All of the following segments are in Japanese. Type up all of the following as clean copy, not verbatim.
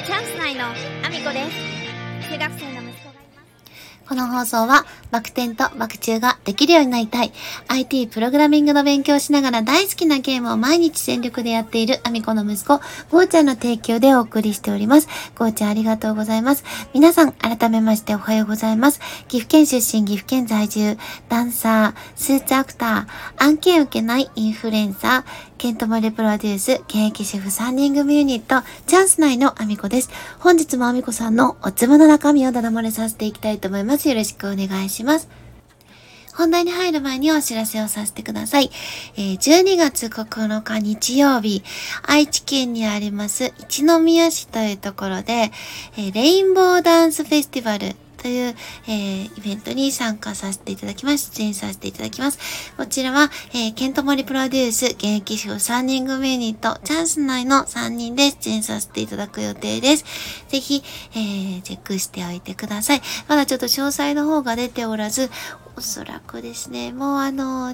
チャンス内のアミコです。中学生の息子がいます。 この放送はバク転とバク宙ができるようになりたい IT プログラミングの勉強をしながら大好きなゲームを毎日全力でやっているアミコの息子ゴーちゃんの提供でお送りしております。ゴーちゃんありがとうございます。皆さん改めましておはようございます。岐阜県出身、岐阜県在住、ダンサー、スーツアクター、案件受けないインフルエンサー、ケントモリプロデュース、現役主婦3人組ユニット、チャンス内のアミコです。本日もアミコさんのおつぼの中身をだだ漏れさせていきたいと思います。よろしくお願いします。本題に入る前にお知らせをさせてください。12月9日日曜日、愛知県にあります一宮市というところで、レインボーダンスフェスティバルという、イベントに参加させていただきます。出演させていただきます。こちらは、ケントモリプロデュース、現役主婦3人組ユニット、チャンス内の3人で出演させていただく予定です。ぜひ、チェックしておいてください。まだちょっと詳細の方が出ておらず、おそらくですね、もう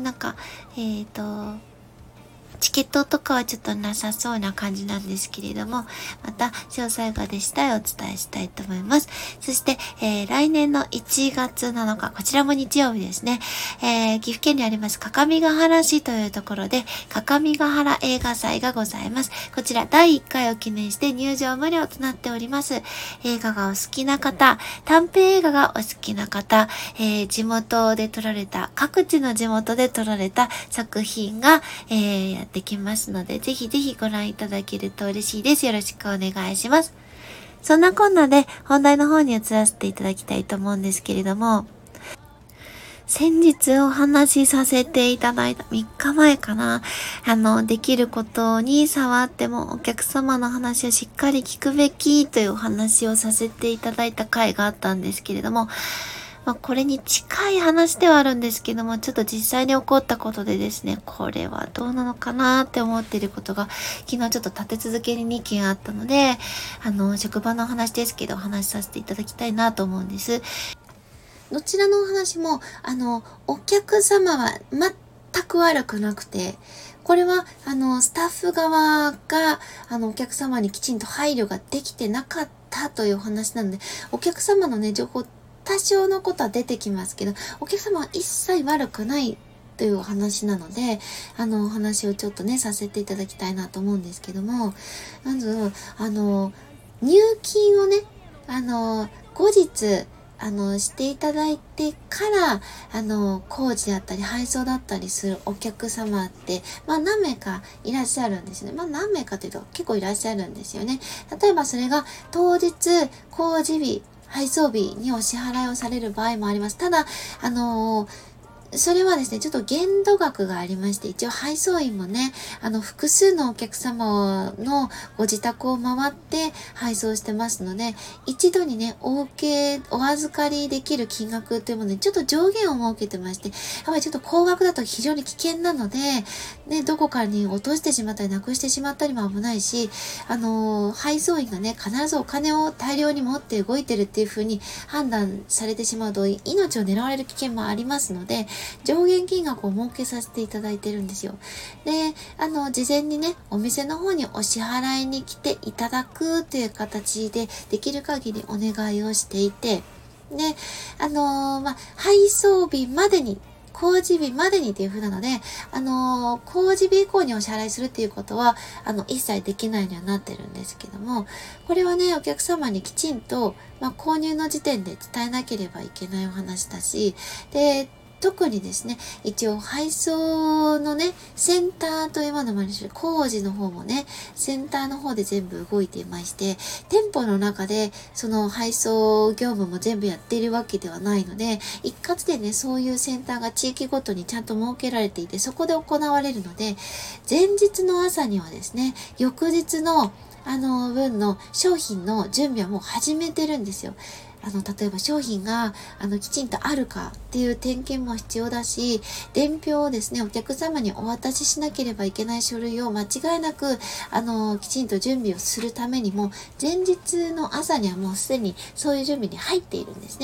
チケットとかはちょっとなさそうな感じなんですけれども、また詳細が出次第お伝えしたいと思います。そして、来年の1月7日、こちらも日曜日ですね、岐阜県にあります各務原市というところで、各務原映画祭がございます。こちら第1回を記念して入場無料となっております。映画がお好きな方、短編映画がお好きな方、地元で撮られた、各地の地元で撮られた作品が、やってきますので、ぜひぜひご覧いただけると嬉しいです。よろしくお願いします。そんなこんなで本題の方に移らせていただきたいと思うんですけれども、先日お話しさせていただいた3日前かな、できることに触ってもお客様の話をしっかり聞くべきというお話をさせていただいた回があったんですけれども、これに近い話ではあるんですけども、ちょっと実際に起こったことでですね、これはどうなのかなって思っていることが、昨日ちょっと立て続けに2件あったので、職場の話ですけど、お話しさせていただきたいなと思うんです。どちらのお話も、お客様は全く悪くなくて、これは、スタッフ側が、お客様にきちんと配慮ができてなかったというお話なので、お客様のね、情報、多少のことは出てきますけど、お客様は一切悪くないというお話なので、お話をちょっとね、させていただきたいなと思うんですけども、まず、入金をね、後日、していただいてから、工事だったり配送だったりするお客様って、何名かいらっしゃるんですよね。何名かというと結構いらっしゃるんですよね。例えばそれが当日、工事日、配送日にお支払いをされる場合もあります。ただ、それはですね、ちょっと限度額がありまして、一応配送員もね、複数のお客様のご自宅を回って配送してますので、一度にね、お預かりできる金額というものにちょっと上限を設けてまして、やっぱりちょっと高額だと非常に危険なので、ね、どこかに落としてしまったりなくしてしまったりも危ないし、配送員がね、必ずお金を大量に持って動いてるっていう風に判断されてしまうと、命を狙われる危険もありますので、上限金額を設けさせていただいてるんですよ。で、事前にね、お店の方にお支払いに来ていただくという形で、できる限りお願いをしていて、で、配送日までに、工事日までにという風なので、工事日以降にお支払いするっていうことは、一切できないようにはなってるんですけども、これはね、お客様にきちんと、購入の時点で伝えなければいけないお話だし、で、特にですね、一応配送のね、センターというものもあるし、工事の方もね、センターの方で全部動いていまして、店舗の中でその配送業務も全部やっているわけではないので、一括でね、そういうセンターが地域ごとにちゃんと設けられていて、そこで行われるので、前日の朝にはですね、翌日の分の商品の準備はもう始めてるんですよ。例えば商品が、きちんとあるかっていう点検も必要だし、伝票をですね、お客様にお渡ししなければいけない書類を間違いなく、きちんと準備をするためにも、前日の朝にはもうすでにそういう準備に入っているんですね。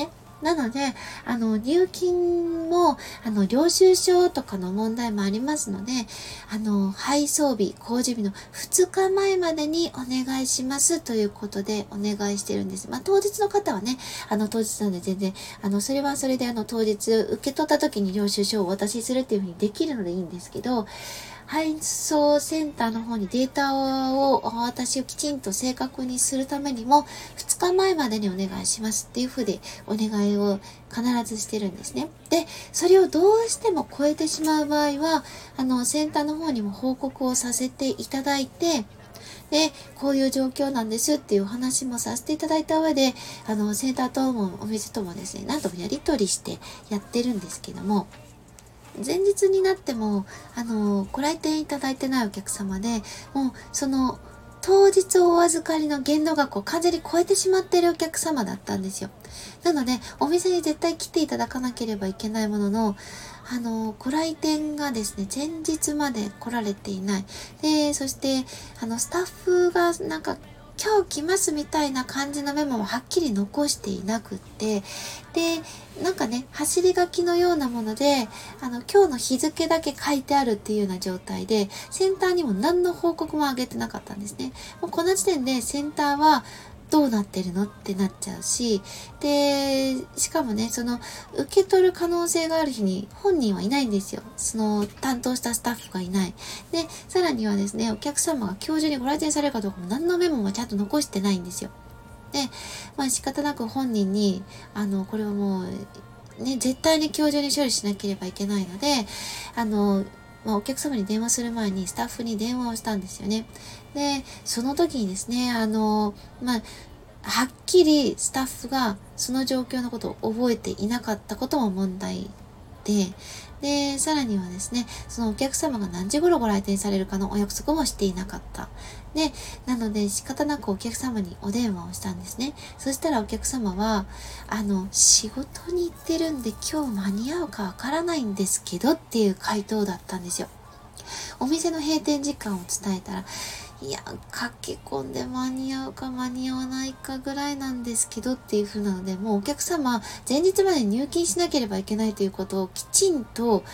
なので、入金も、領収書とかの問題もありますので、配送日、工事日の2日前までにお願いしますということでお願いしてるんです。当日の方はね、当日なので全然、それはそれで当日受け取った時に領収書をお渡しするっていうふうにできるのでいいんですけど、配送センターの方にデータを私をきちんと正確にするためにも2日前までにお願いしますっていう風でお願いを必ずしてるんですね。で、それをどうしても超えてしまう場合はセンターの方にも報告をさせていただいて、で、こういう状況なんですっていうお話もさせていただいた上で、センターともお店ともですね、何度もやり取りしてやってるんですけども、前日になっても、ご来店いただいてないお客様で、もう、当日お預かりの限度額を完全に超えてしまっているお客様だったんですよ。なので、お店に絶対来ていただかなければいけないものの、ご来店がですね、前日まで来られていない。で、そして、スタッフが今日来ますみたいな感じのメモもはっきり残していなくって、で、走り書きのようなもので、今日の日付だけ書いてあるっていうような状態で、センターにも何の報告も上げてなかったんですね。もうこの時点でセンターはどうなってるのってなっちゃうし、で、しかもね、受け取る可能性がある日に本人はいないんですよ。担当したスタッフがいない。で、さらにはですね、お客様が今日中にご来店されるかどうかも何のメモもちゃんと残してないんですよ。で、仕方なく本人に、これはもう、ね、絶対に今日中に処理しなければいけないので、お客様に電話する前にスタッフに電話をしたんですよね。で、その時にですね、はっきりスタッフがその状況のことを覚えていなかったことも問題で、さらにはですね、そのお客様が何時頃ご来店されるかのお約束もしていなかった。で、なので仕方なくお客様にお電話をしたんですね。そしたらお客様は、仕事に行ってるんで今日間に合うかわからないんですけどっていう回答だったんですよ。お店の閉店時間を伝えたら、いや、駆け込んで間に合うか間に合わないかぐらいなんですけどっていう風なので、もうお客様、前日まで入金しなければいけないということをきちんと、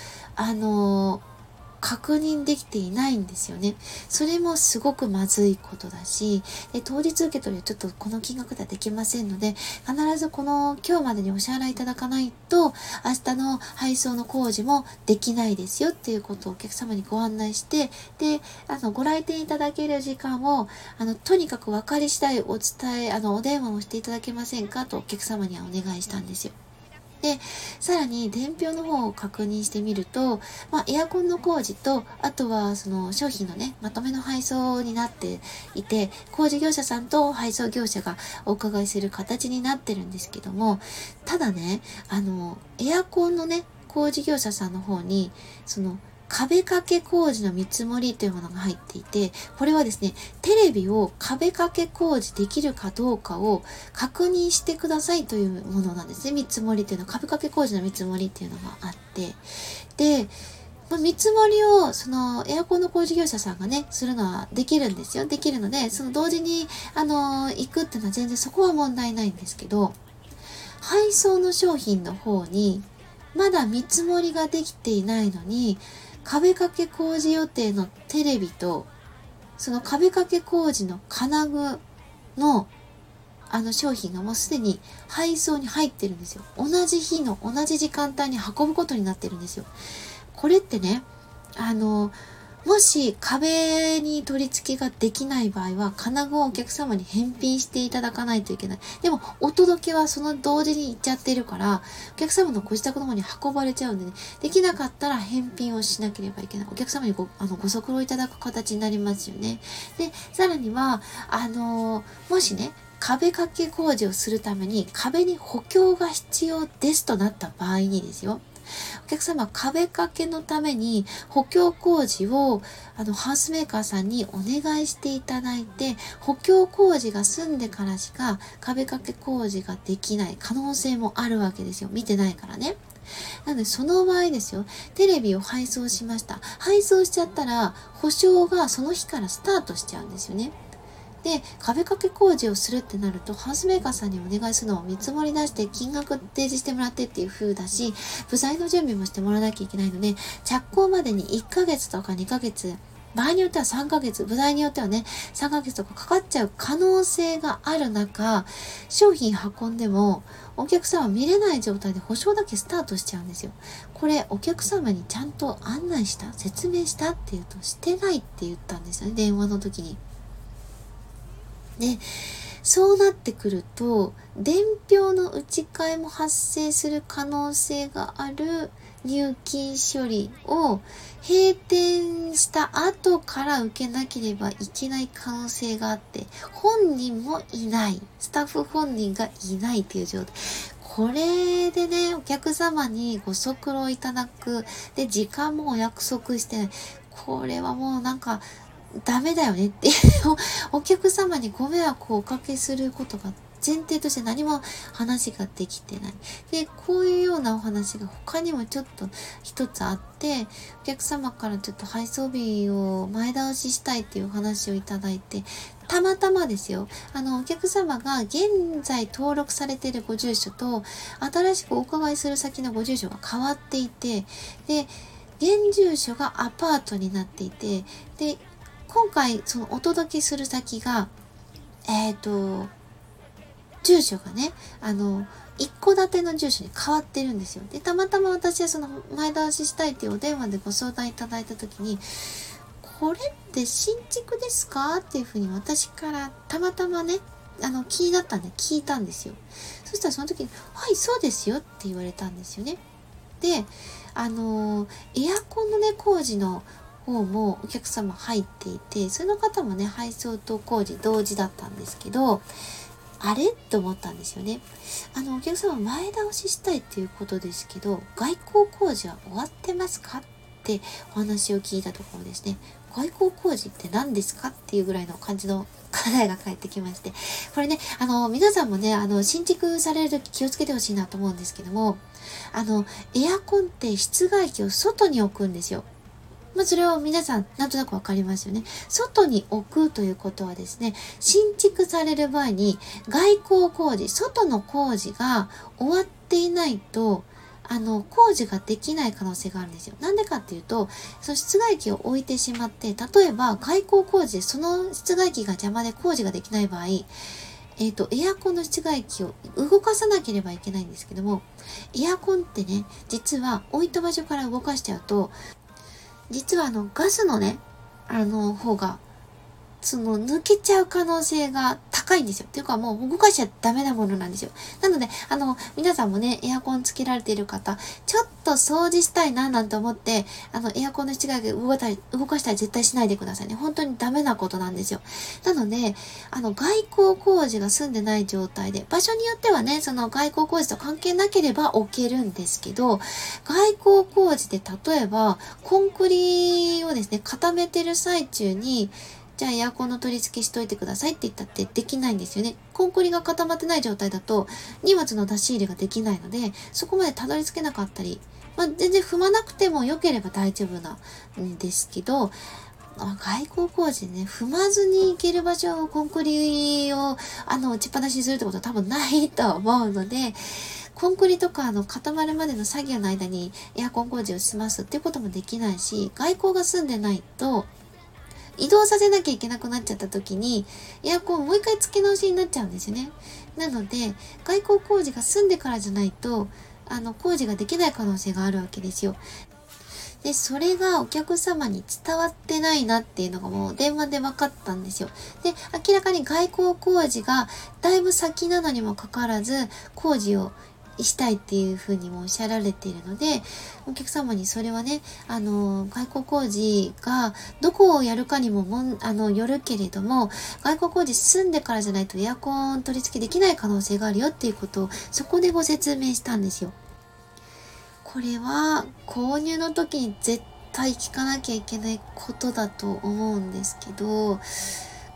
確認できていないんですよね。それもすごくまずいことだし、で当日受け取りはちょっとこの金額ではできませんので、必ず今日までにお支払いいただかないと、明日の配送の工事もできないですよっていうことをお客様にご案内して、で、ご来店いただける時間を、とにかく分かり次第お伝え、お電話をしていただけませんかとお客様にはお願いしたんですよ。で、さらに伝票の方を確認してみると、エアコンの工事と、あとはその商品のね、まとめの配送になっていて、工事業者さんと配送業者がお伺いする形になってるんですけども、ただね、エアコンのね、工事業者さんの方に、壁掛け工事の見積もりというものが入っていて、これはですね、テレビを壁掛け工事できるかどうかを確認してくださいというものなんですね。見積もりというのは、壁掛け工事の見積もりっていうのがあって、で、見積もりを、エアコンの工事業者さんがね、するのはできるんですよ。できるので、同時に、行くっていうのは全然そこは問題ないんですけど、配送の商品の方に、まだ見積もりができていないのに、壁掛け工事予定のテレビと、その壁掛け工事の金具の商品がもうすでに配送に入ってるんですよ。同じ日の同じ時間帯に運ぶことになってるんですよ。これってね、もし壁に取り付けができない場合は、金具をお客様に返品していただかないといけない。でも、お届けはその同時に行っちゃってるから、お客様のご自宅の方に運ばれちゃうんでね、できなかったら返品をしなければいけない。お客様にご足労いただく形になりますよね。で、さらには、もしね、壁掛け工事をするために壁に補強が必要ですとなった場合にですよ。お客様、壁掛けのために補強工事をハウスメーカーさんにお願いしていただいて、補強工事が済んでからしか壁掛け工事ができない可能性もあるわけですよ。見てないからね。なので、その場合ですよ、テレビを配送しました。配送しちゃったら、保証がその日からスタートしちゃうんですよね。 で、壁掛け工事をするってなると、ハウスメーカーさんにお願いするのを見積もり出して金額提示してもらってっていう風だし、部材の準備もしてもらわなきゃいけないので、着工までに1ヶ月とか2ヶ月、場合によっては3ヶ月、部材によってはね、3ヶ月とかかかっちゃう可能性がある中、商品運んでも、お客様は見れない状態で保証だけスタートしちゃうんですよ。これ、お客様にちゃんと案内した、説明したって言うと、してないって言ったんですよね、電話の時に。で、そうなってくると、伝票の打ち替えも発生する可能性がある入金処理を閉店した後から受けなければいけない可能性があって、本人もいない、スタッフ本人がいないっていう状態。これでね、お客様にご足労いただく、で、時間もお約束してない。これはもうなんか、ダメだよねってお客様にご迷惑をおかけすることが前提として何も話ができてない。で、こういうようなお話が他にもちょっと一つあって、お客様からちょっと配送日を前倒ししたいっていうお話をいただいて、たまたまですよ。お客様が現在登録されているご住所と、新しくお伺いする先のご住所が変わっていて、で、現住所がアパートになっていて、で、今回そのお届けする先が、住所がね、一戸建ての住所に変わってるんですよ。で、たまたま私はその前倒ししたいっていうお電話でご相談いただいたときに、これって新築ですかっていうふうに私からたまたまね、気になったんで聞いたんですよ。そしたらその時に、はい、そうですよって言われたんですよね。で、エアコンのね、工事の方もお客様入っていて、その方もね、配送と工事同時だったんですけど、あれと思ったんですよね。お客様前倒ししたいっていうことですけど、外交工事は終わってますかってお話を聞いたところですね、外交工事って何ですかっていうぐらいの感じの課題が返ってきまして、これね、皆さんもね、新築されるとき気をつけてほしいなと思うんですけども、エアコンって室外機を外に置くんですよ。まあ、それは皆さんなんとなくわかりますよね。外に置くということはですね、新築される場合に外交工事、外の工事が終わっていないと、工事ができない可能性があるんですよ。なんでかっていうと、その室外機を置いてしまって、例えば外交工事でその室外機が邪魔で工事ができない場合、エアコンの室外機を動かさなければいけないんですけども、エアコンってね、実は置いた場所から動かしちゃうと、実はガスのね、方が、抜けちゃう可能性が高いんですよ。っていうかもう動かしちゃダメなものなんですよ。なので、皆さんもね、エアコンつけられている方、ちょっと掃除したいななんて思って、エアコンの室外機動かしたり絶対しないでくださいね。本当にダメなことなんですよ。なので、外交工事が済んでない状態で、場所によってはね、その外交工事と関係なければ置けるんですけど、外交工事で例えば、コンクリをですね、固めてる最中に、じゃあエアコンの取り付けしといてくださいって言ったってできないんですよね。コンクリが固まってない状態だと荷物の出し入れができないので、そこまでたどり着けなかったり、全然踏まなくても良ければ大丈夫なんですけど、外交工事でね、踏まずに行ける場所をコンクリを打ちっぱなしにするってことは多分ないと思うので、コンクリとか固まるまでの作業の間にエアコン工事を済ますっていうこともできないし、外交が済んでないと移動させなきゃいけなくなっちゃった時に、エアコンをもう一回付け直しになっちゃうんですよね。なので、外交工事が済んでからじゃないと、工事ができない可能性があるわけですよ。で、それがお客様に伝わってないなっていうのがもう電話で分かったんですよ。で、明らかに外交工事がだいぶ先なのにもかかわらず、工事をしたいっていうふうにもおっしゃられているので、お客様にそれはね、外交工事がどこをやるかにもよるけれども、外交工事済んでからじゃないとエアコン取り付けできない可能性があるよっていうことをそこでご説明したんですよ。これは購入の時に絶対聞かなきゃいけないことだと思うんですけど、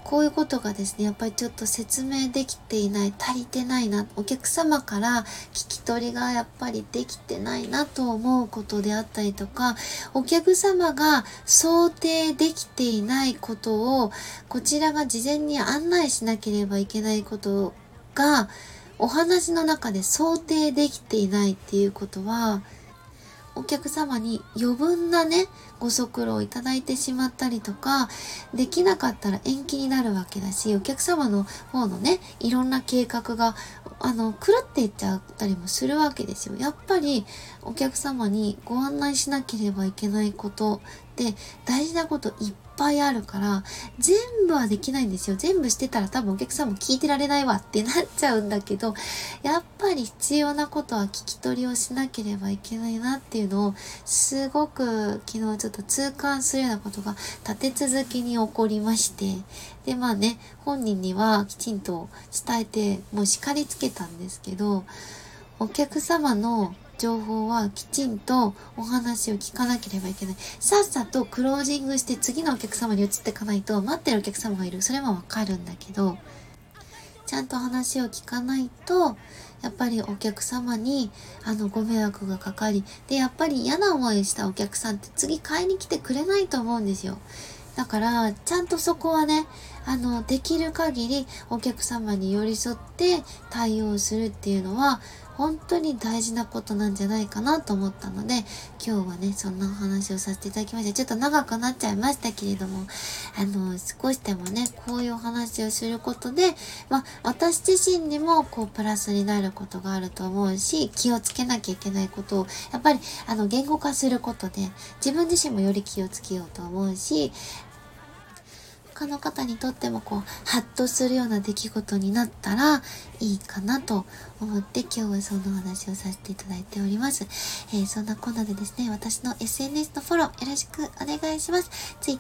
こういうことがですね、やっぱりちょっと説明できていない、足りてないな、お客様から聞き取りがやっぱりできてないなと思うことであったりとか、お客様が想定できていないことをこちらが事前に案内しなければいけないことがお話の中で想定できていないっていうことは、お客様に余分なね、ご足労をいただいてしまったりとか、できなかったら延期になるわけだし、お客様の方のね、いろんな計画が、狂っていっちゃったりもするわけですよ。やっぱり、お客様にご案内しなければいけないことって大事なこといっぱいあるから、全部はできないんですよ。全部してたら多分お客さんも聞いてられないわってなっちゃうんだけど、やっぱり必要なことは聞き取りをしなければいけないなっていうのをすごく昨日ちょっと痛感するようなことが立て続けに起こりまして、でまあね、本人にはきちんと伝えてもう叱りつけたんですけど、お客様の情報はきちんとお話を聞かなければいけない。さっさとクロージングして次のお客様に移っていかないと、待ってるお客様がいる。それもわかるんだけど、ちゃんと話を聞かないと、やっぱりお客様にご迷惑がかかり、でやっぱり嫌な思いしたお客さんって次買いに来てくれないと思うんですよ。だからちゃんとそこはね、できる限りお客様に寄り添って対応するっていうのは本当に大事なことなんじゃないかなと思ったので、今日はね、そんなお話をさせていただきました。ちょっと長くなっちゃいましたけれども、少しでもね、こういうお話をすることで、私自身にもプラスになることがあると思うし、気をつけなきゃいけないことを、やっぱり言語化することで、自分自身もより気をつけようと思うし、他の方にとってもハッとするような出来事になったらいいかなと思って今日はそのお話をさせていただいております。そんなこんなでですね、私の SNS のフォローよろしくお願いします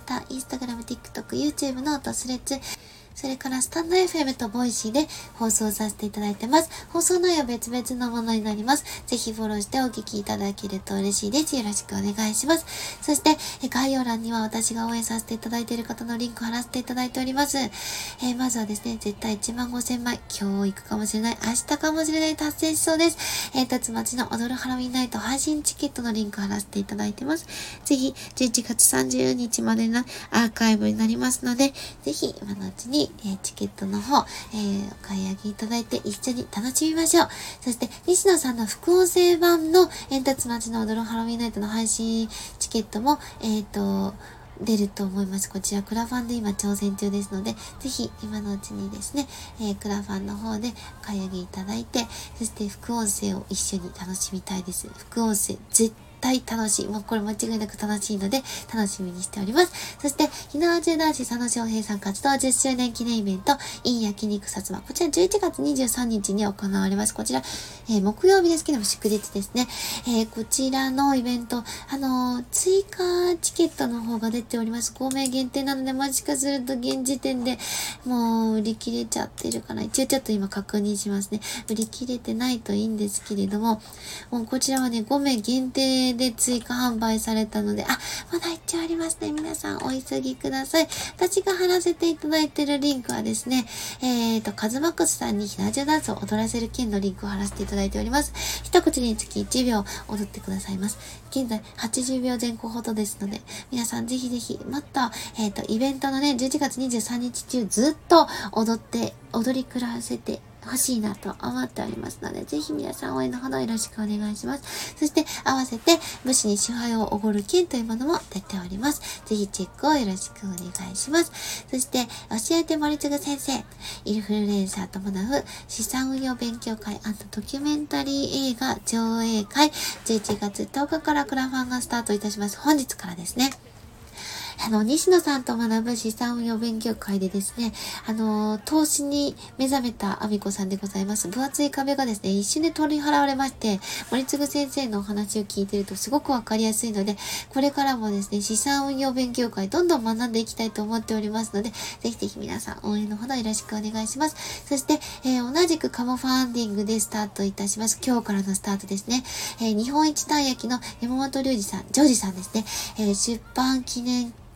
。Twitter、Instagram、TikTok、YouTube のトスレッツ、それからスタンド FM とボイシーで放送させていただいてます。放送内容別々のものになります。ぜひフォローしてお聞きいただけると嬉しいです。よろしくお願いします。そして概要欄には私が応援させていただいている方のリンクを貼らせていただいております。まずはですね、絶対15000枚、今日行くかもしれない、明日かもしれない、達成しそうです。つ町の踊るハロウィンナイト配信チケットのリンクを貼らせていただいてます。ぜひ11月30日までのアーカイブになりますので、ぜひ今のうちにチケットの方、お買い上げいただいて一緒に楽しみましょう。そして西野さんの副音声版の煙突町の踊るハロウィンナイトの配信チケットも出ると思います。こちらクラファンで今挑戦中ですので、ぜひ今のうちにですね、クラファンの方で買い上げいただいて、そして副音声を一緒に楽しみたいです。副音声絶対楽しい。もうこれ間違いなく楽しいので楽しみにしております。そしてひなわ中男子佐野翔平さん活動10周年記念イベント in 焼肉薩摩、こちら11月23日に行われます。こちら、木曜日ですけども祝日ですね。こちらのイベント追加チケットの方が出ております。5名限定なので、もしかすると現時点でもう売り切れちゃってるかな。一応ちょっと今確認しますね。売り切れてないといいんですけれども、もうこちらはね5名限定で追加販売されたので、まだ一応ありますね。皆さんお急ぎください。私が貼らせていただいているリンクはですね、カズマックスさんにひなじゅダンスを踊らせる件のリンクを貼らせていただいております。一口につき1秒踊ってくださいます。現在80秒前後ほどですので、皆さんぜひぜひまた、イベントのね、11月23日中ずっと踊り暮らせて欲しいなと思っておりますので、ぜひ皆さん応援のほどよろしくお願いします。そして合わせて武士に支配をおごる券というものも出ております。ぜひチェックをよろしくお願いします。そして教えて森次先生、インフルエンサーと学ぶ資産運用勉強会&ドキュメンタリー映画上映会、11月10日からクラファンがスタートいたします。本日からですね。西野さんと学ぶ資産運用勉強会でですね、投資に目覚めたアミコさんでございます。分厚い壁がですね、一瞬で取り払われまして、森次先生のお話を聞いているとすごくわかりやすいので、これからもですね、資産運用勉強会どんどん学んでいきたいと思っておりますので、ぜひぜひ皆さん応援のほどよろしくお願いします。そして、同じくカモファンディングでスタートいたします。今日からのスタートですね。日本一たい焼きの山本ジョージさんですね、出版記念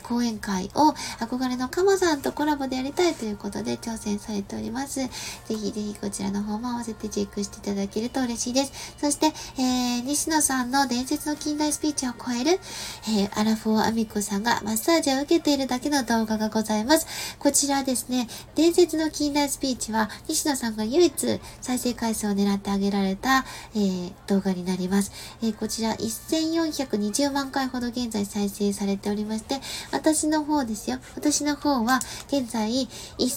講演会を憧れのカモさんとコラボでやりたいということで挑戦されております。ぜひぜひこちらの方も合わせてチェックしていただけると嬉しいです。そして、西野さんの伝説の近代スピーチを超える、アラフォーアミコさんがマッサージを受けているだけの動画がございます。こちらですね、伝説の近代スピーチは西野さんが唯一再生回数を狙ってあげられた、動画になります。こちら1420万回ほど現在再生されておりまして、私の方ですよ。私の方は現在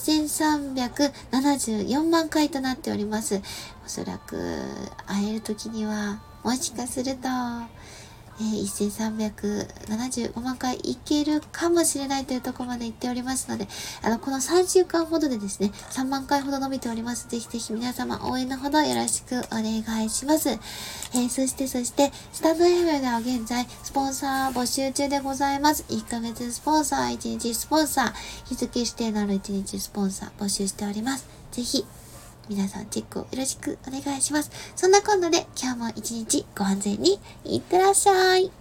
1374万回となっております。おそらく会える時にはもしかすると1375万回いけるかもしれないというところまで行っておりますので、この3週間ほどでですね、3万回ほど伸びております。ぜひぜひ皆様応援のほどよろしくお願いします。そして、スタンド FM では現在、スポンサー募集中でございます。1ヶ月スポンサー、1日スポンサー、日付指定のある1日スポンサー募集しております。ぜひ、皆さんチェックをよろしくお願いします。そんなこんなで今日も一日ご安全にいってらっしゃい。